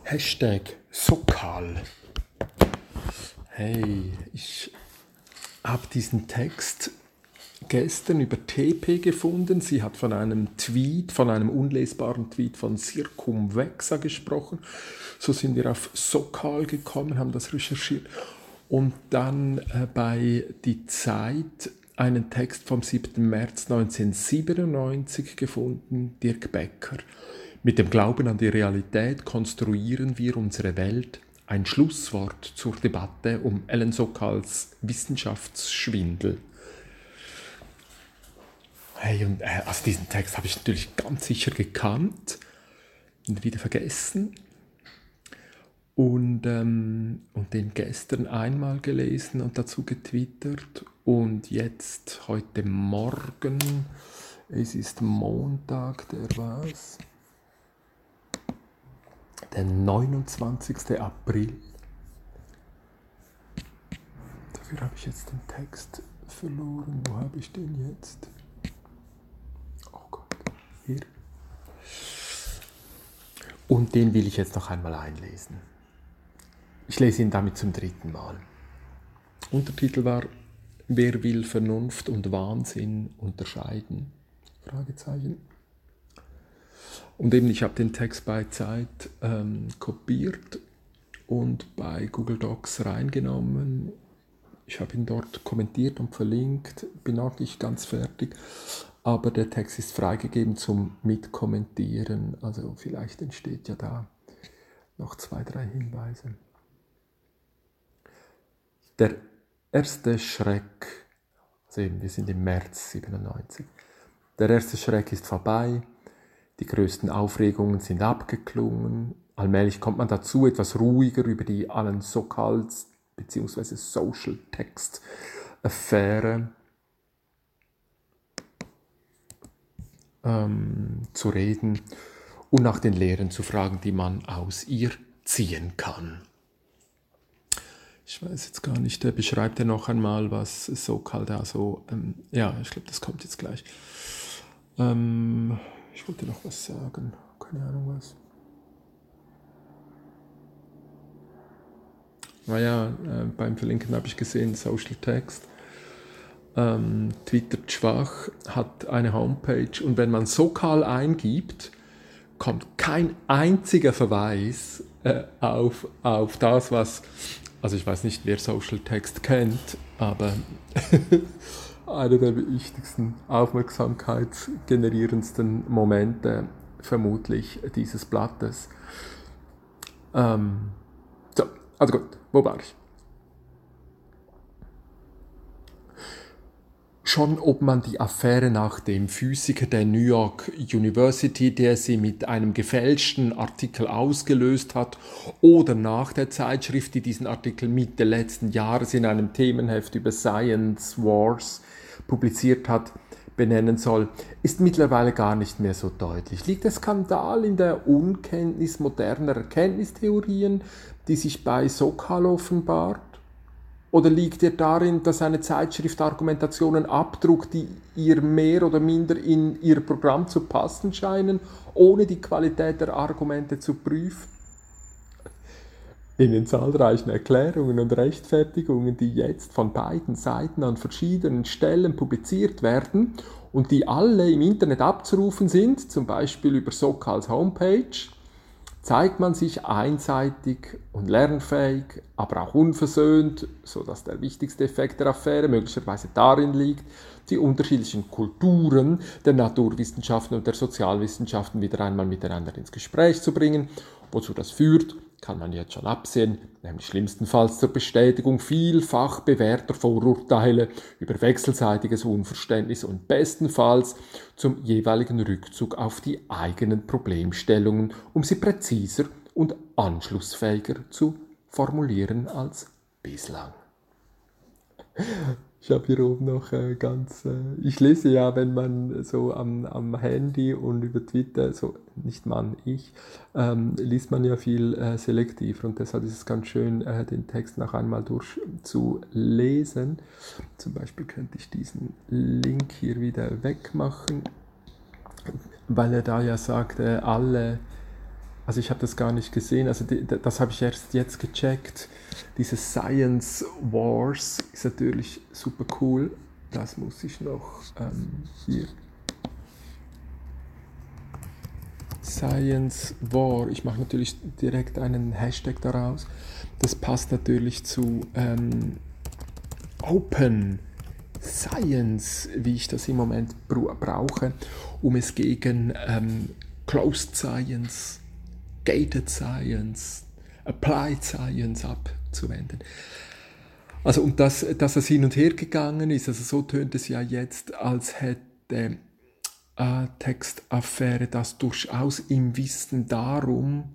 Sokal. Hey, ich habe diesen Text gestern über TP gefunden. Sie hat von einem unlesbaren Tweet von Circumvexa gesprochen. So sind wir auf Sokal gekommen, haben das recherchiert. Und dann bei Die Zeit einen Text vom 7. März 1997 gefunden, Dirk Becker. Mit dem Glauben an die Realität konstruieren wir unsere Welt. Ein Schlusswort zur Debatte um Ellen Sokals Wissenschaftsschwindel. Hey, und also diesen Text habe ich natürlich ganz sicher gekannt und wieder vergessen. Und den gestern einmal gelesen und dazu getwittert. Und jetzt, heute Morgen, es ist Montag, der 29. April. Dafür habe ich jetzt den Text verloren. Wo habe ich den jetzt? Oh Gott, hier. Und den will ich jetzt noch einmal einlesen. Ich lese ihn damit zum 3. Mal. Untertitel war: Wer will Vernunft und Wahnsinn unterscheiden? Fragezeichen. Und eben, ich habe den Text bei Zeit kopiert und bei Google Docs reingenommen. Ich habe ihn dort kommentiert und verlinkt, bin noch nicht ganz fertig, aber der Text ist freigegeben zum Mitkommentieren. Also vielleicht entsteht ja da noch 2, 3 Hinweise. Der erste Schreck, also eben, wir sind im März 97. Der erste Schreck ist vorbei. Die größten Aufregungen sind abgeklungen. Allmählich kommt man dazu, etwas ruhiger über die Ellen Sokals bzw. Social Text Affäre zu reden und nach den Lehren zu fragen, die man aus ihr ziehen kann. Ich weiß jetzt gar nicht, beschreibt er noch einmal, was Sokal da so, ich glaube, das kommt jetzt gleich. Ich wollte noch was sagen, keine Ahnung was. Naja, beim Verlinken habe ich gesehen, Social Text. Twittert schwach, hat eine Homepage und wenn man Sokal eingibt, kommt kein einziger Verweis auf das, was, also ich weiß nicht, wer Social Text kennt, aber einer der wichtigsten, aufmerksamkeitsgenerierendsten Momente vermutlich dieses Blattes. Also gut, wo war ich? Schon ob man die Affäre nach dem Physiker der New York University, der sie mit einem gefälschten Artikel ausgelöst hat, oder nach der Zeitschrift, die diesen Artikel Mitte letzten Jahres in einem Themenheft über Science Wars publiziert hat, benennen soll, ist mittlerweile gar nicht mehr so deutlich. Liegt der Skandal in der Unkenntnis moderner Erkenntnistheorien, die sich bei Sokal offenbart? Oder liegt er darin, dass eine Zeitschrift Argumentationen abdruckt, die ihr mehr oder minder in ihr Programm zu passen scheinen, ohne die Qualität der Argumente zu prüfen? In den zahlreichen Erklärungen und Rechtfertigungen, die jetzt von beiden Seiten an verschiedenen Stellen publiziert werden und die alle im Internet abzurufen sind, zum Beispiel über Sokals Homepage, zeigt man sich einseitig und lernfähig, aber auch unversöhnt, sodass der wichtigste Effekt der Affäre möglicherweise darin liegt, die unterschiedlichen Kulturen der Naturwissenschaften und der Sozialwissenschaften wieder einmal miteinander ins Gespräch zu bringen. Wozu das führt, kann man jetzt schon absehen, nämlich schlimmstenfalls zur Bestätigung vielfach bewährter Vorurteile über wechselseitiges Unverständnis und bestenfalls zum jeweiligen Rückzug auf die eigenen Problemstellungen, um sie präziser und anschlussfähiger zu formulieren als bislang. Ich habe hier oben noch ich lese ja, wenn man so am Handy und über Twitter, ich, liest man ja viel selektiver und deshalb ist es ganz schön, den Text noch einmal durchzulesen. Zum Beispiel könnte ich diesen Link hier wieder wegmachen, weil er da ja sagt, alle Also ich habe das gar nicht gesehen, also das habe ich erst jetzt gecheckt. Dieses Science Wars ist natürlich super cool. Das muss ich noch hier. Science War. Ich mache natürlich direkt einen Hashtag daraus. Das passt natürlich zu Open Science, wie ich das im Moment brauche, um es gegen Closed Science, Gated Science, Applied Science abzuwenden. Also und dass es hin und her gegangen ist, also so tönt es ja jetzt, als hätte Textaffäre das durchaus im Wissen darum,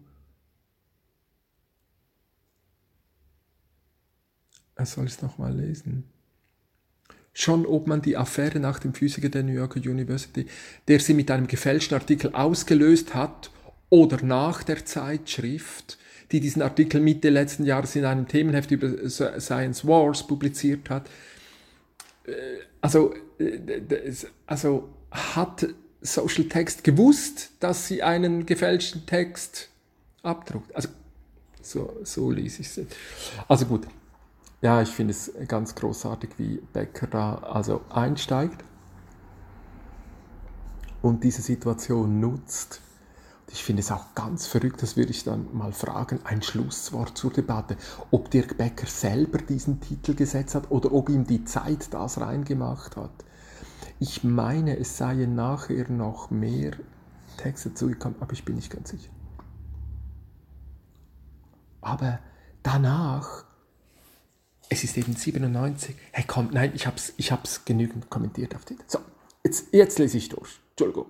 soll ich es nochmal lesen? Schon ob man die Affäre nach dem Physiker der New Yorker University, der sie mit einem gefälschten Artikel ausgelöst hat, oder nach der Zeitschrift, die diesen Artikel Mitte letzten Jahres in einem Themenheft über Science Wars publiziert hat. Also hat Social Text gewusst, dass sie einen gefälschten Text abdruckt? Also so lese ich es. Also gut. Ja, ich finde es ganz großartig, wie Becker da also einsteigt und diese Situation nutzt. Und ich finde es auch ganz verrückt, das würde ich dann mal fragen, ein Schlusswort zur Debatte, ob Dirk Becker selber diesen Titel gesetzt hat oder ob ihm die Zeit das reingemacht hat. Ich meine, es seien nachher noch mehr Texte zugekommen, aber ich bin nicht ganz sicher. Aber danach, es ist eben 97, hey komm, nein, ich hab's genügend kommentiert auf Twitter. So, jetzt lese ich durch, Entschuldigung.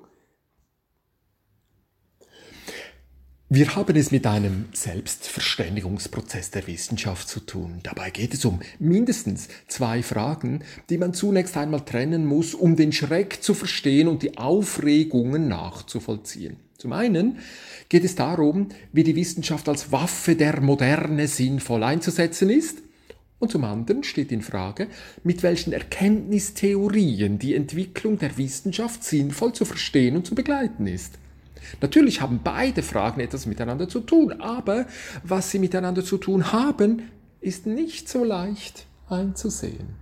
Wir haben es mit einem Selbstverständigungsprozess der Wissenschaft zu tun. Dabei geht es um mindestens 2 Fragen, die man zunächst einmal trennen muss, um den Schreck zu verstehen und die Aufregungen nachzuvollziehen. Zum einen geht es darum, wie die Wissenschaft als Waffe der Moderne sinnvoll einzusetzen ist. Und zum anderen steht in Frage, mit welchen Erkenntnistheorien die Entwicklung der Wissenschaft sinnvoll zu verstehen und zu begleiten ist. Natürlich haben beide Fragen etwas miteinander zu tun, aber was sie miteinander zu tun haben, ist nicht so leicht einzusehen.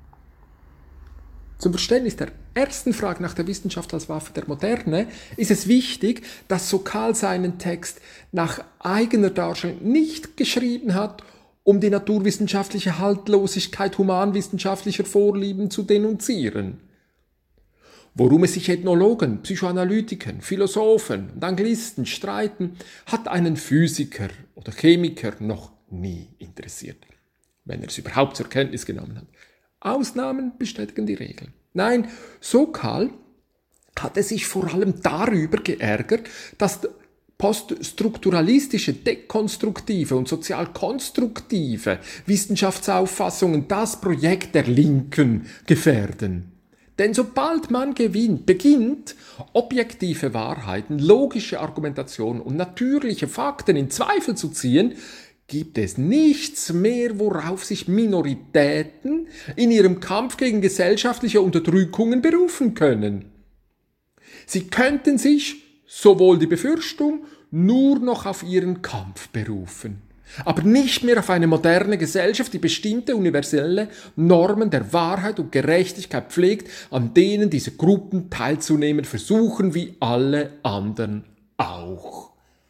Zum Verständnis der ersten Frage nach der Wissenschaft als Waffe der Moderne ist es wichtig, dass Sokal seinen Text nach eigener Darstellung nicht geschrieben hat, um die naturwissenschaftliche Haltlosigkeit humanwissenschaftlicher Vorlieben zu denunzieren. Worum es sich Ethnologen, Psychoanalytikern, Philosophen und Anglisten streiten, hat einen Physiker oder Chemiker noch nie interessiert, wenn er es überhaupt zur Kenntnis genommen hat. Ausnahmen bestätigen die Regel. Nein, Sokal hatte sich vor allem darüber geärgert, dass poststrukturalistische, dekonstruktive und sozial konstruktive Wissenschaftsauffassungen das Projekt der Linken gefährden. Denn sobald man beginnt, objektive Wahrheiten, logische Argumentation und natürliche Fakten in Zweifel zu ziehen, gibt es nichts mehr, worauf sich Minoritäten in ihrem Kampf gegen gesellschaftliche Unterdrückungen berufen können. Sie könnten sich, sowohl die Befürchtung, nur noch auf ihren Kampf berufen. Aber nicht mehr auf eine moderne Gesellschaft, die bestimmte universelle Normen der Wahrheit und Gerechtigkeit pflegt, an denen diese Gruppen teilzunehmen versuchen, wie alle anderen auch.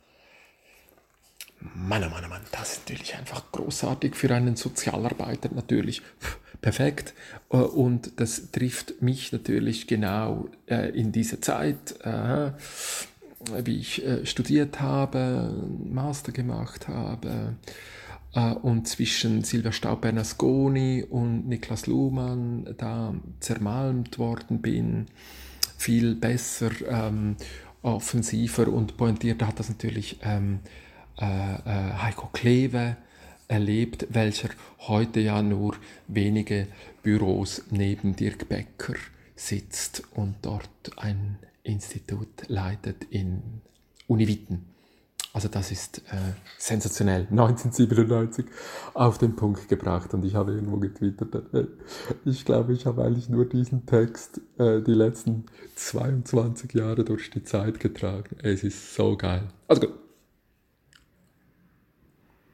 Mann, das ist natürlich einfach großartig für einen Sozialarbeiter, natürlich perfekt. Und das trifft mich natürlich genau in dieser Zeit, wie ich studiert habe, Master gemacht habe und zwischen Silvia Staub-Bernasconi und Niklas Luhmann da zermalmt worden bin. Viel besser, offensiver und pointierter hat das natürlich Heiko Klewe erlebt, welcher heute ja nur wenige Büros neben Dirk Becker sitzt und dort ein Institut leitet in Uni Witten. Also das ist sensationell, 1997 auf den Punkt gebracht und ich habe irgendwo getwittert, ich glaube, ich habe eigentlich nur diesen Text die letzten 22 Jahre durch die Zeit getragen. Es ist so geil. Also gut.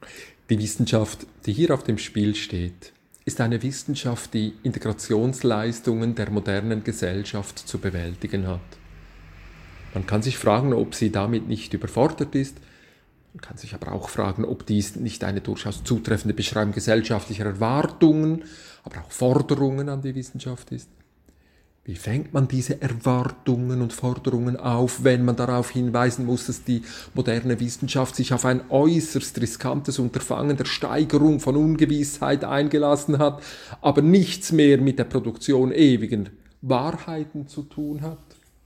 Die Wissenschaft, die hier auf dem Spiel steht, ist eine Wissenschaft, die Integrationsleistungen der modernen Gesellschaft zu bewältigen hat. Man kann sich fragen, ob sie damit nicht überfordert ist. Man kann sich aber auch fragen, ob dies nicht eine durchaus zutreffende Beschreibung gesellschaftlicher Erwartungen, aber auch Forderungen an die Wissenschaft ist. Wie fängt man diese Erwartungen und Forderungen auf, wenn man darauf hinweisen muss, dass die moderne Wissenschaft sich auf ein äußerst riskantes Unterfangen der Steigerung von Ungewissheit eingelassen hat, aber nichts mehr mit der Produktion ewigen Wahrheiten zu tun hat?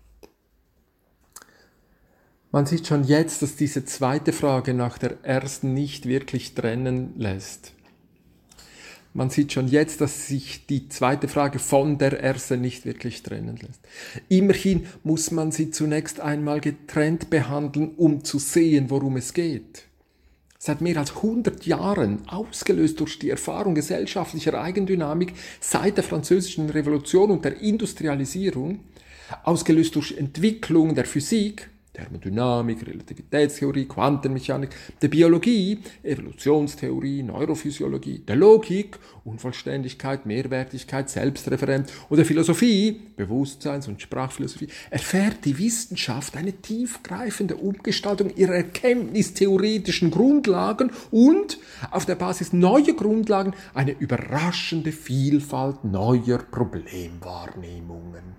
Man sieht schon jetzt, dass diese zweite Frage nach der ersten nicht wirklich trennen lässt. Man sieht schon jetzt, dass sich die zweite Frage von der ersten nicht wirklich trennen lässt. Immerhin muss man sie zunächst einmal getrennt behandeln, um zu sehen, worum es geht. Seit mehr als 100 Jahren, ausgelöst durch die Erfahrung gesellschaftlicher Eigendynamik seit der Französischen Revolution und der Industrialisierung, ausgelöst durch Entwicklung der Physik, Thermodynamik, Relativitätstheorie, Quantenmechanik, der Biologie, Evolutionstheorie, Neurophysiologie, der Logik, Unvollständigkeit, Mehrwertigkeit, Selbstreferenz und der Philosophie, Bewusstseins- und Sprachphilosophie, erfährt die Wissenschaft eine tiefgreifende Umgestaltung ihrer erkenntnistheoretischen Grundlagen und auf der Basis neuer Grundlagen eine überraschende Vielfalt neuer Problemwahrnehmungen.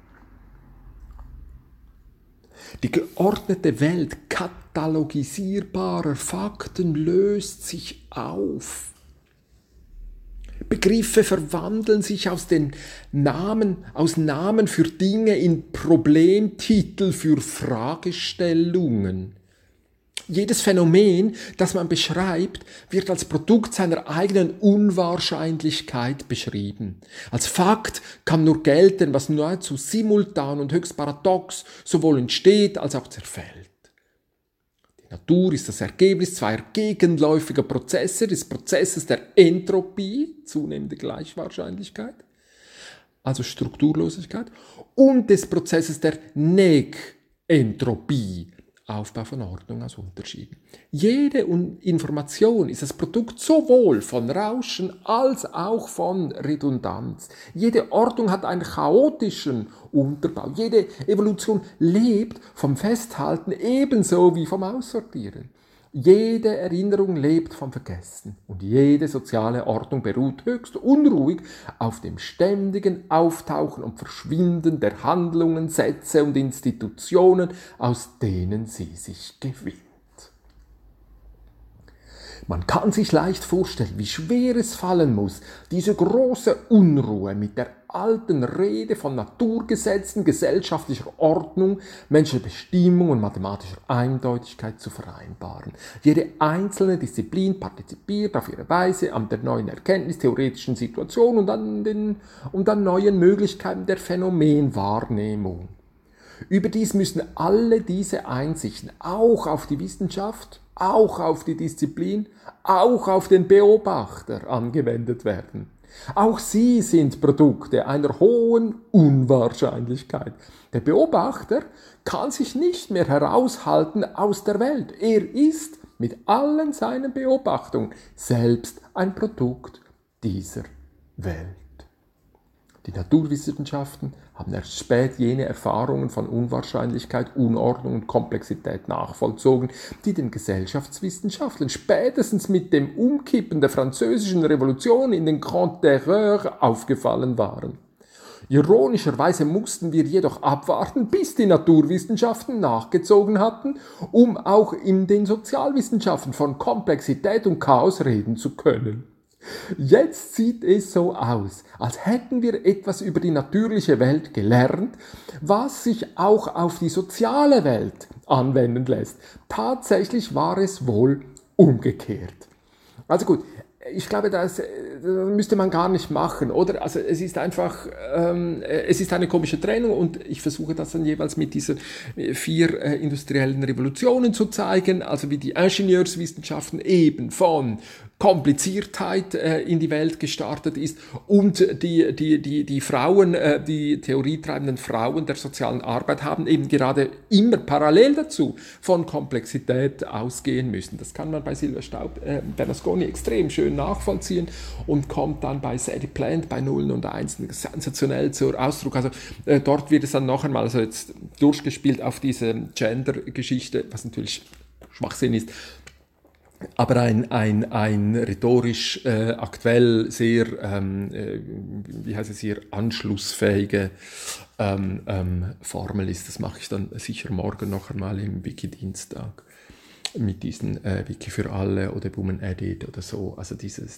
Die geordnete Welt katalogisierbarer Fakten löst sich auf. Begriffe verwandeln sich aus Namen für Dinge in Problemtitel für Fragestellungen. Jedes Phänomen, das man beschreibt, wird als Produkt seiner eigenen Unwahrscheinlichkeit beschrieben. Als Fakt kann nur gelten, was nahezu simultan und höchst paradox sowohl entsteht als auch zerfällt. Die Natur ist das Ergebnis zweier gegenläufiger Prozesse, des Prozesses der Entropie, zunehmende Gleichwahrscheinlichkeit, also Strukturlosigkeit, und des Prozesses der Negentropie, Aufbau von Ordnung aus Unterschieden. Jede Information ist das Produkt sowohl von Rauschen als auch von Redundanz. Jede Ordnung hat einen chaotischen Unterbau. Jede Evolution lebt vom Festhalten ebenso wie vom Aussortieren. Jede Erinnerung lebt vom Vergessen und jede soziale Ordnung beruht höchst unruhig auf dem ständigen Auftauchen und Verschwinden der Handlungen, Sätze und Institutionen, aus denen sie sich gewinnt. Man kann sich leicht vorstellen, wie schwer es fallen muss, diese große Unruhe mit der alten Rede von Naturgesetzen, gesellschaftlicher Ordnung, menschlicher Bestimmung und mathematischer Eindeutigkeit zu vereinbaren. Jede einzelne Disziplin partizipiert auf ihre Weise an der neuen erkenntnistheoretischen Situation und an neuen Möglichkeiten der Phänomenwahrnehmung. Überdies müssen alle diese Einsichten auch auf die Wissenschaft, auch auf die Disziplin, auch auf den Beobachter angewendet werden. Auch sie sind Produkte einer hohen Unwahrscheinlichkeit. Der Beobachter kann sich nicht mehr heraushalten aus der Welt. Er ist mit allen seinen Beobachtungen selbst ein Produkt dieser Welt. Die Naturwissenschaften haben erst spät jene Erfahrungen von Unwahrscheinlichkeit, Unordnung und Komplexität nachvollzogen, die den Gesellschaftswissenschaftlern spätestens mit dem Umkippen der Französischen Revolution in den Grand Terreur aufgefallen waren. Ironischerweise mussten wir jedoch abwarten, bis die Naturwissenschaften nachgezogen hatten, um auch in den Sozialwissenschaften von Komplexität und Chaos reden zu können. Jetzt sieht es so aus, als hätten wir etwas über die natürliche Welt gelernt, was sich auch auf die soziale Welt anwenden lässt. Tatsächlich war es wohl umgekehrt. Also gut, ich glaube, das müsste man gar nicht machen, oder? Also es ist einfach, es ist eine komische Trennung und ich versuche das dann jeweils mit diesen 4 industriellen Revolutionen zu zeigen, also wie die Ingenieurswissenschaften eben von Kompliziertheit in die Welt gestartet ist und die Frauen, die theorietreibenden Frauen der sozialen Arbeit haben eben gerade immer parallel dazu von Komplexität ausgehen müssen. Das kann man bei Silvia Bernasconi extrem schön nachvollziehen und kommt dann bei Sadie Plant bei Nullen und Einsen sensationell zur Ausdruck. Also dort wird es dann noch einmal, also jetzt durchgespielt auf diese Gender-Geschichte, was natürlich Schwachsinn ist, aber ein rhetorisch aktuell sehr, wie heißt es hier, anschlussfähige Formel ist. Das mache ich dann sicher morgen noch einmal im Wiki-Dienstag mit diesen Wiki für alle oder Women Edit oder so. Also dieses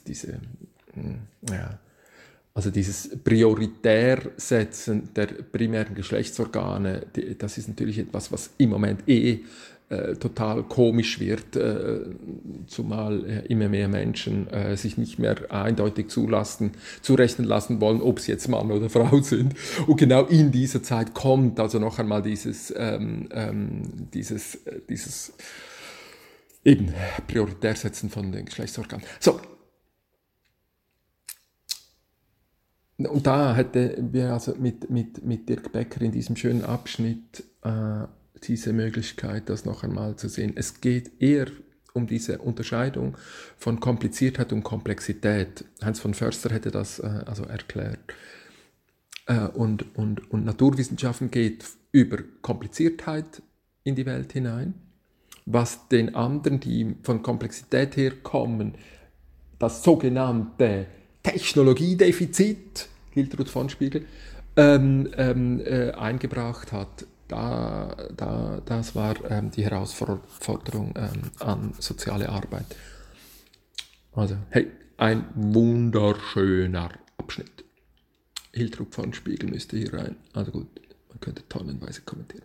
Prioritärsetzen der primären Geschlechtsorgane, das ist natürlich etwas, was im Moment total komisch wird, zumal immer mehr Menschen sich nicht mehr eindeutig zurechnen lassen wollen, ob sie jetzt Mann oder Frau sind. Und genau in dieser Zeit kommt also noch einmal dieses eben Prioritärsetzen von den Geschlechtsorganen. So. Und da hätten wir also mit Dirk Becker in diesem schönen Abschnitt diese Möglichkeit, das noch einmal zu sehen. Es geht eher um diese Unterscheidung von Kompliziertheit und Komplexität. Heinz von Förster hätte das also erklärt. Und Naturwissenschaften geht über Kompliziertheit in die Welt hinein, was den anderen, die von Komplexität herkommen, das sogenannte Technologiedefizit, Hiltrud von Spiegel, eingebracht hat. Das war die Herausforderung an soziale Arbeit. Also, hey, ein wunderschöner Abschnitt. Hiltrud von Spiegel müsste hier rein. Also gut, man könnte tonnenweise kommentieren.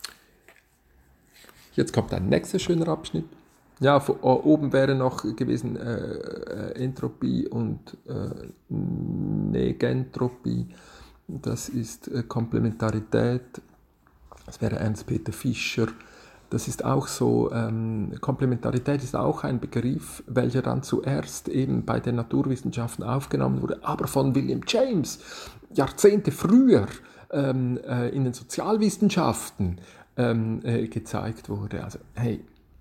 Jetzt kommt ein nächster schöner Abschnitt. Ja, oben wäre noch gewesen Entropie und Negentropie. Das ist Komplementarität. Das wäre Ernst-Peter Fischer. Das ist auch so, Komplementarität ist auch ein Begriff, welcher dann zuerst eben bei den Naturwissenschaften aufgenommen wurde, aber von William James Jahrzehnte früher in den Sozialwissenschaften gezeigt wurde. Also, hey.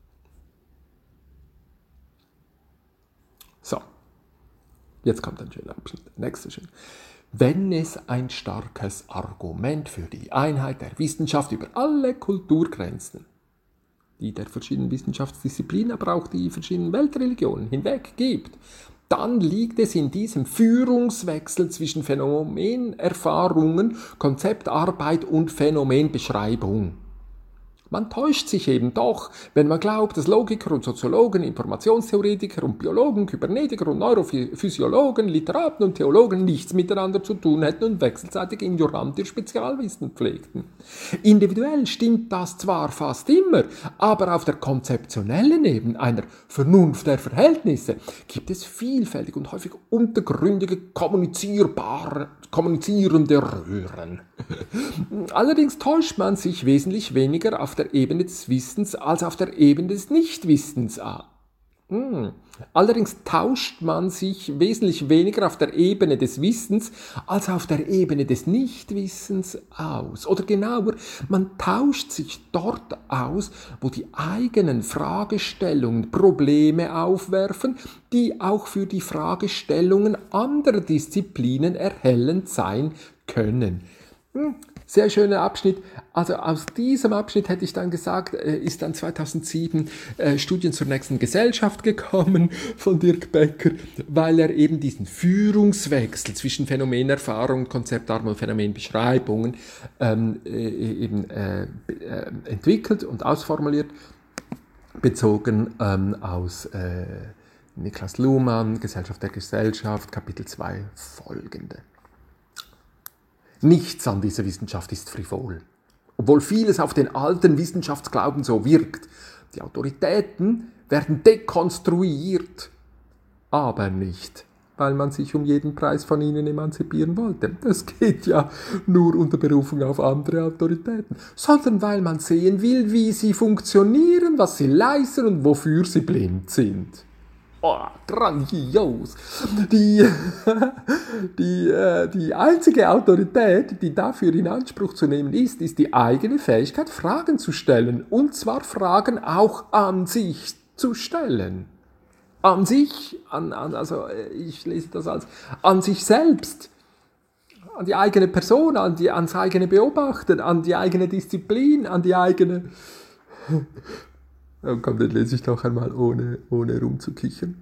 So, jetzt kommt ein schöner Abschnitt, nächster schön. Wenn es ein starkes Argument für die Einheit der Wissenschaft über alle Kulturgrenzen, die der verschiedenen Wissenschaftsdisziplinen, aber auch die verschiedenen Weltreligionen hinweg gibt, dann liegt es in diesem Führungswechsel zwischen Phänomenerfahrungen, Konzeptarbeit und Phänomenbeschreibung. Man täuscht sich eben doch, wenn man glaubt, dass Logiker und Soziologen, Informationstheoretiker und Biologen, Kybernetiker und Neurophysiologen, Literaten und Theologen nichts miteinander zu tun hätten und wechselseitig ignorant ihr Spezialwissen pflegten. Individuell stimmt das zwar fast immer, aber auf der konzeptionellen Ebene einer Vernunft der Verhältnisse gibt es vielfältig und häufig untergründige kommunizierende Röhren. Allerdings täuscht man sich wesentlich weniger auf der Ebene des Wissens als auf der Ebene des Nichtwissens an. Allerdings tauscht man sich wesentlich weniger auf der Ebene des Wissens als auf der Ebene des Nichtwissens aus. Oder genauer, man tauscht sich dort aus, wo die eigenen Fragestellungen Probleme aufwerfen, die auch für die Fragestellungen anderer Disziplinen erhellend sein können. Sehr schöner Abschnitt. Also aus diesem Abschnitt hätte ich dann gesagt, ist dann 2007 Studien zur nächsten Gesellschaft gekommen von Dirk Becker, weil er eben diesen Führungswechsel zwischen Phänomenerfahrung, Konzeptarbeit und Phänomenbeschreibungen entwickelt und ausformuliert, bezogen aus Niklas Luhmann, Gesellschaft der Gesellschaft, Kapitel 2 folgende. Nichts an dieser Wissenschaft ist frivol, obwohl vieles auf den alten Wissenschaftsglauben so wirkt. Die Autoritäten werden dekonstruiert, aber nicht, weil man sich um jeden Preis von ihnen emanzipieren wollte. Das geht ja nur unter Berufung auf andere Autoritäten, sondern weil man sehen will, wie sie funktionieren, was sie leisten und wofür sie blind sind. Oh, grandios! Die einzige Autorität, die dafür in Anspruch zu nehmen ist die eigene Fähigkeit, Fragen zu stellen. Und zwar Fragen auch an sich zu stellen. An sich, also ich lese das als an sich selbst, an die eigene Person, ans eigene Beobachten, an die eigene Disziplin, an die eigene... Oh, komm, den lese ich noch einmal, ohne rumzukichern.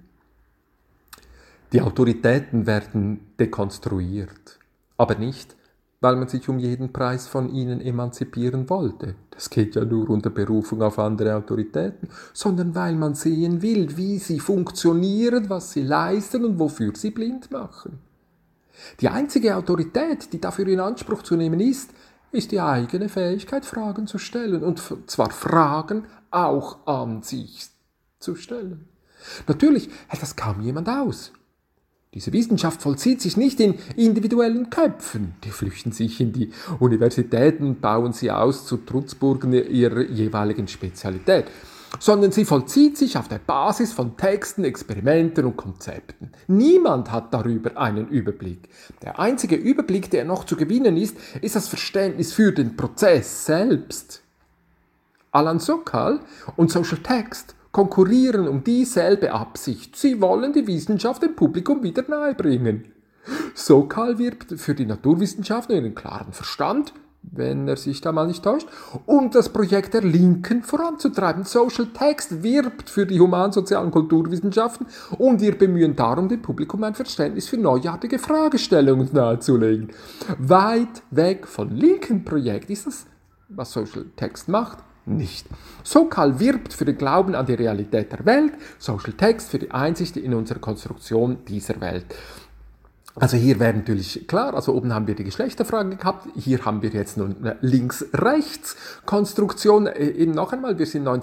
Die Autoritäten werden dekonstruiert, aber nicht, weil man sich um jeden Preis von ihnen emanzipieren wollte. Das geht ja nur unter Berufung auf andere Autoritäten, sondern weil man sehen will, wie sie funktionieren, was sie leisten und wofür sie blind machen. Die einzige Autorität, die dafür in Anspruch zu nehmen ist die eigene Fähigkeit, Fragen zu stellen. Und zwar Fragen auch an sich zu stellen. Natürlich hält das kaum jemand aus. Diese Wissenschaft vollzieht sich nicht in individuellen Köpfen. Die flüchten sich in die Universitäten und bauen sie aus zu Trutzburgen ihrer jeweiligen Spezialität, sondern sie vollzieht sich auf der Basis von Texten, Experimenten und Konzepten. Niemand hat darüber einen Überblick. Der einzige Überblick, der noch zu gewinnen ist das Verständnis für den Prozess selbst. Alan Sokal und Social Text konkurrieren um dieselbe Absicht. Sie wollen die Wissenschaft dem Publikum wieder nahebringen. Sokal wirbt für die Naturwissenschaften ihren klaren Verstand, wenn er sich da mal nicht täuscht, um das Projekt der Linken voranzutreiben. Social Text wirbt für die humansozialen Kulturwissenschaften und ihr Bemühen darum, dem Publikum ein Verständnis für neuartige Fragestellungen nahezulegen. Weit weg von linken Projekt ist das, was Social Text macht, nicht. Sokal wirbt für den Glauben an die Realität der Welt, Social Text für die Einsicht in unsere Konstruktion dieser Welt. Also hier wäre natürlich klar, also oben haben wir die Geschlechterfrage gehabt, hier haben wir jetzt nun eine Links-Rechts-Konstruktion. Eben noch einmal, wir sind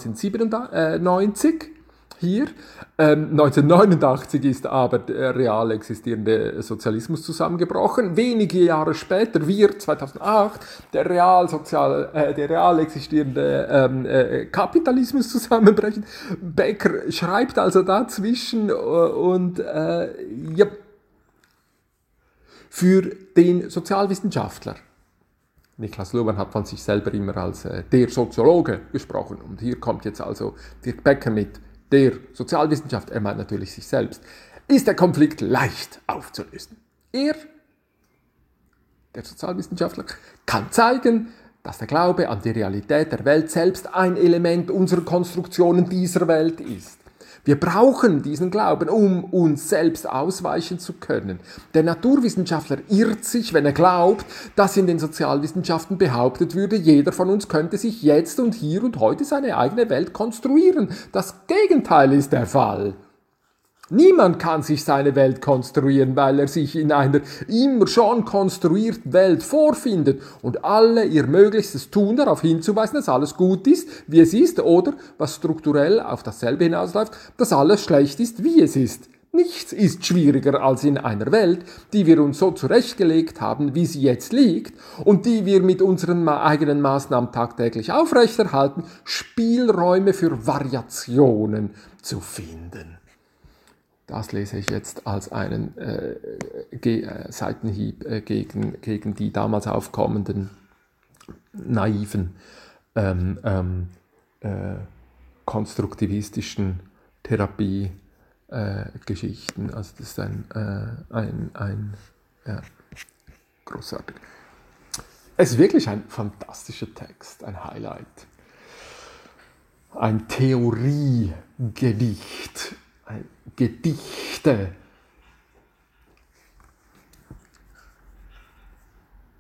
1997 hier. 1989 ist aber der real existierende Sozialismus zusammengebrochen. Wenige Jahre später, 2008, der real existierende Kapitalismus zusammenbrechen. Becker schreibt also dazwischen und ja, für den Sozialwissenschaftler. Niklas Luhmann hat von sich selber immer als der Soziologe gesprochen. Und hier kommt jetzt also Dirk Becker mit der Sozialwissenschaft. Er meint natürlich sich selbst. Ist der Konflikt leicht aufzulösen? Er, der Sozialwissenschaftler, kann zeigen, dass der Glaube an die Realität der Welt selbst ein Element unserer Konstruktionen dieser Welt ist. Wir brauchen diesen Glauben, um uns selbst ausweichen zu können. Der Naturwissenschaftler irrt sich, wenn er glaubt, dass in den Sozialwissenschaften behauptet würde, jeder von uns könnte sich jetzt und hier und heute seine eigene Welt konstruieren. Das Gegenteil ist der Fall. Niemand kann sich seine Welt konstruieren, weil er sich in einer immer schon konstruierten Welt vorfindet und alle ihr Möglichstes tun, darauf hinzuweisen, dass alles gut ist, wie es ist, oder, was strukturell auf dasselbe hinausläuft, dass alles schlecht ist, wie es ist. Nichts ist schwieriger als in einer Welt, die wir uns so zurechtgelegt haben, wie sie jetzt liegt und die wir mit unseren eigenen Maßnahmen tagtäglich aufrechterhalten, Spielräume für Variationen zu finden. Das lese ich jetzt als einen Seitenhieb gegen die damals aufkommenden naiven konstruktivistischen Therapiegeschichten. Also das ist ein großartig. Es ist wirklich ein fantastischer Text, ein Highlight. Ein Theoriegedicht. Gedichte. Von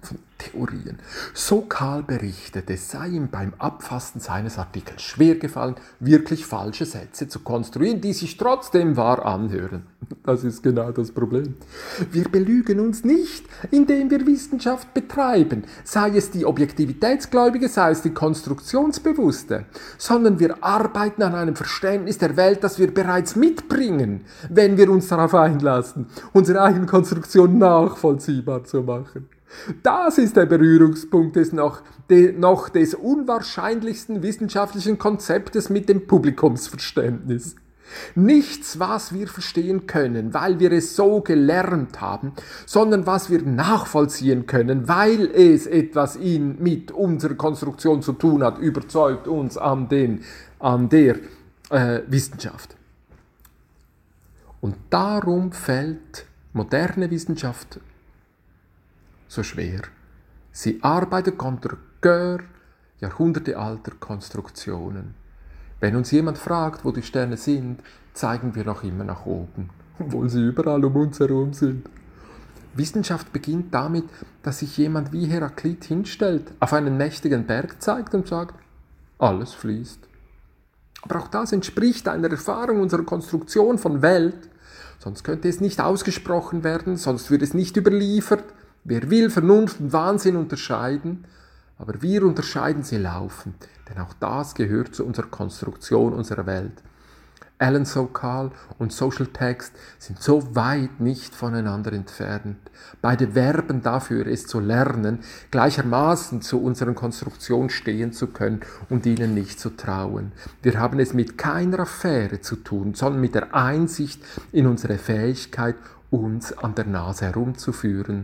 Theorien. Sokal berichtet, es sei ihm beim Abfassen seines Artikels schwergefallen, wirklich falsche Sätze zu konstruieren, die sich trotzdem wahr anhören. Das ist genau das Problem. Wir belügen uns nicht, indem wir Wissenschaft betreiben, sei es die Objektivitätsgläubige, sei es die Konstruktionsbewusste, sondern wir arbeiten an einem Verständnis der Welt, das wir bereits mitbringen, wenn wir uns darauf einlassen, unsere eigene Konstruktion nachvollziehbar zu machen. Das ist der Berührungspunkt des noch des unwahrscheinlichsten wissenschaftlichen Konzeptes mit dem Publikumsverständnis. Nichts, was wir verstehen können, weil wir es so gelernt haben, sondern was wir nachvollziehen können, weil es etwas mit unserer Konstruktion zu tun hat, überzeugt uns an der Wissenschaft. Und darum fällt moderne Wissenschaft so schwer. Sie arbeitet contre cœur jahrhundertealter Konstruktionen. Wenn uns jemand fragt, wo die Sterne sind, zeigen wir noch immer nach oben, obwohl sie überall um uns herum sind. Wissenschaft beginnt damit, dass sich jemand wie Heraklit hinstellt, auf einen mächtigen Berg zeigt und sagt, alles fließt. Aber auch das entspricht einer Erfahrung unserer Konstruktion von Welt, sonst könnte es nicht ausgesprochen werden, sonst würde es nicht überliefert. Wer will Vernunft und Wahnsinn unterscheiden, aber wir unterscheiden sie laufend, denn auch das gehört zu unserer Konstruktion unserer Welt. Alan Sokal und Social Text sind so weit nicht voneinander entfernt. Beide werben dafür, es zu lernen, gleichermaßen zu unseren Konstruktionen stehen zu können und ihnen nicht zu trauen. Wir haben es mit keiner Affäre zu tun, sondern mit der Einsicht in unsere Fähigkeit, uns an der Nase herumführen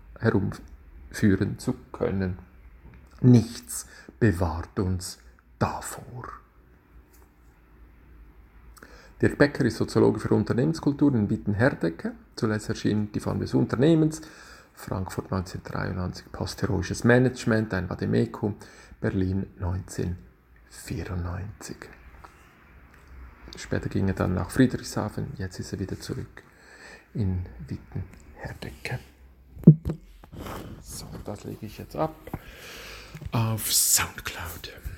zu können. Nichts bewahrt uns davor. Dirk Becker ist Soziologe für Unternehmenskultur in Witten-Herdecke. Zuletzt erschien Die Form des Unternehmens, Frankfurt 1993, Postheroisches Management, ein Vademecum, Berlin 1994. Später ging er dann nach Friedrichshafen, jetzt ist er wieder zurück in Witten-Herdecke. So, das lege ich jetzt ab auf Soundcloud.